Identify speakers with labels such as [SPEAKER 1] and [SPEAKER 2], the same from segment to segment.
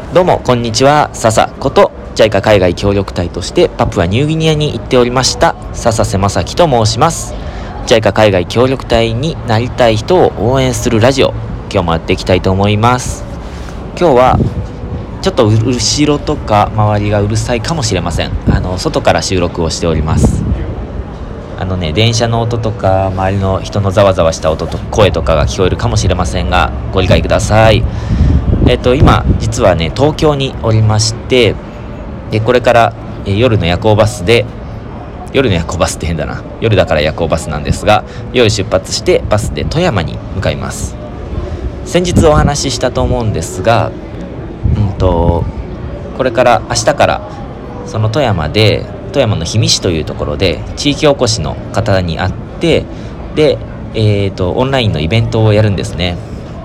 [SPEAKER 1] どうもこんにちは。笹こと JICA 海外協力隊としてパプアニューギニアに行っておりました笹瀬正樹と申します。 JICA 海外協力隊になりたい人を応援するラジオ、今日もやっていきたいと思います。今日はちょっと後ろとか周りがうるさいかもしれません。外から収録をしております。電車の音とか周りの人のざわざわした音と声とかが聞こえるかもしれませんがご理解ください。今実はね東京におりまして、これから、夜の夜行バスって変だな、夜だから夜行バスなんですが、夜出発してバスで富山に向かいます。先日お話ししたと思うんですが、これから明日からその富山の氷見市というところで地域おこしの方に会って、で、オンラインのイベントをやるんですね。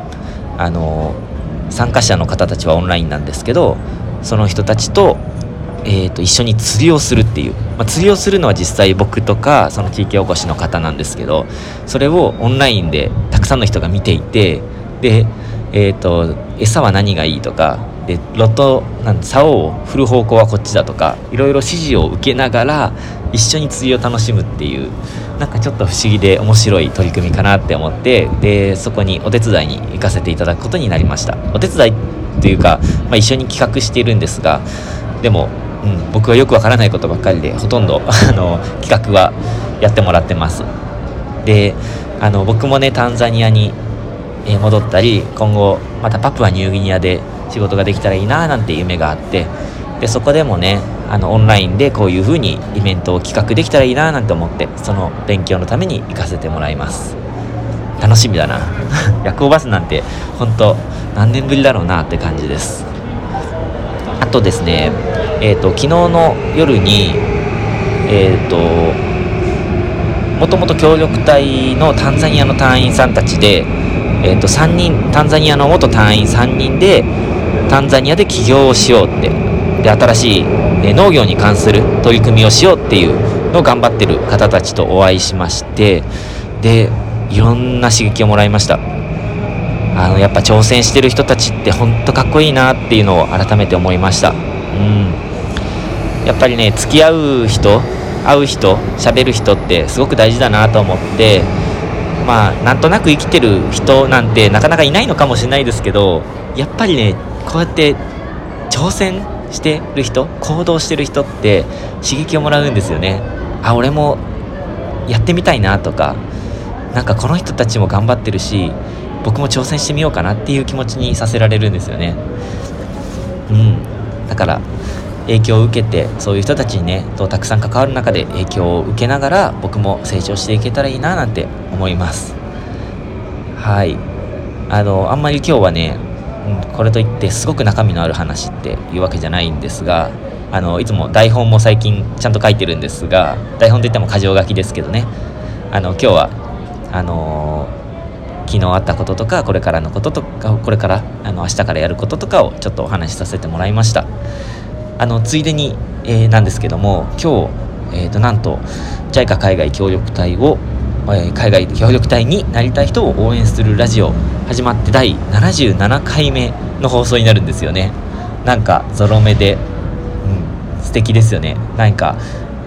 [SPEAKER 1] 参加者の方たちはオンラインなんですけど、その人たちと、一緒に釣りをするっていう、釣りをするのは実際僕とかその地域おこしの方なんですけど、それをオンラインでたくさんの人が見ていて、で、餌は何がいいとかで、竿を振る方向はこっちだとか、いろいろ指示を受けながら一緒に釣りを楽しむっていう、なんかちょっと不思議で面白い取り組みかなって思って、でそこにお手伝いに行かせていただくことになりました。お手伝いというか、一緒に企画しているんですが、でも、僕はよくわからないことばっかりでほとんど企画はやってもらってます。で僕もねタンザニアに戻ったり、今後またパプアニューギニアで仕事ができたらいいななんて夢があって、でそこでもねオンラインでこういう風にイベントを企画できたらいいななんて思って、その勉強のために行かせてもらいます。楽しみだな夜行バスなんて本当何年ぶりだろうなって感じです。あとですね、昨日の夜にもともと協力隊のタンザニアの隊員さんたちで、3人タンザニアの元隊員3人でタンザニアで起業をしようって、で新しい、農業に関する取り組みをしようっていうのを頑張ってる方たちとお会いしまして、でいろんな刺激をもらいました。やっぱ挑戦してる人たちって本当かっこいいなっていうのを改めて思いました。やっぱりね、付き合う人、会う人、喋る人ってすごく大事だなと思って、なんとなく生きてる人なんてなかなかいないのかもしれないですけど、やっぱりねこうやって挑戦してる人、行動してる人って刺激をもらうんですよね。俺もやってみたいなとか、なんかこの人たちも頑張ってるし僕も挑戦してみようかなっていう気持ちにさせられるんですよね。だから影響を受けて、そういう人たちにねとたくさん関わる中で影響を受けながら僕も成長していけたらいいななんて思います。はい。あんまり今日はね、これといってすごく中身のある話っていうわけじゃないんですが、いつも台本も最近ちゃんと書いてるんですが、台本といっても箇条書きですけどね、今日は昨日あったこととか、これからのこととか、これから明日からやることとかをちょっとお話しさせてもらいました。ついでに、なんですけども、今日、なんと JICA 海外協力隊を、海外協力隊になりたい人を応援するラジオ始まって第77回目の放送になるんですよね。なんかゾロ目で、素敵ですよね。なんか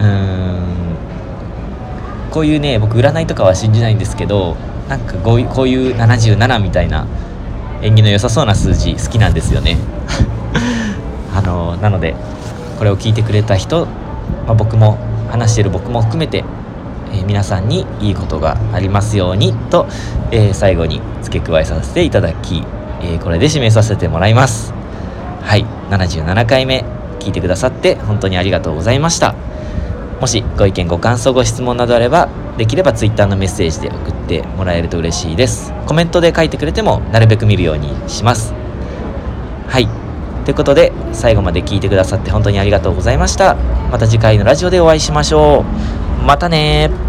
[SPEAKER 1] こういうね、僕占いとかは信じないんですけど、なんかこういう77みたいな縁起の良さそうな数字好きなんですよねなのでこれを聞いてくれた人、僕も話している僕も含めて、皆さんにいいことがありますようにと、最後に付け加えさせていただき、これで締めさせてもらいます。はい、77回目聞いてくださって本当にありがとうございました。もしご意見ご感想ご質問などあれば、できれば Twitter のメッセージで送ってもらえると嬉しいです。コメントで書いてくれてもなるべく見るようにします。はい、ということで最後まで聞いてくださって本当にありがとうございました。また次回のラジオでお会いしましょう。またね。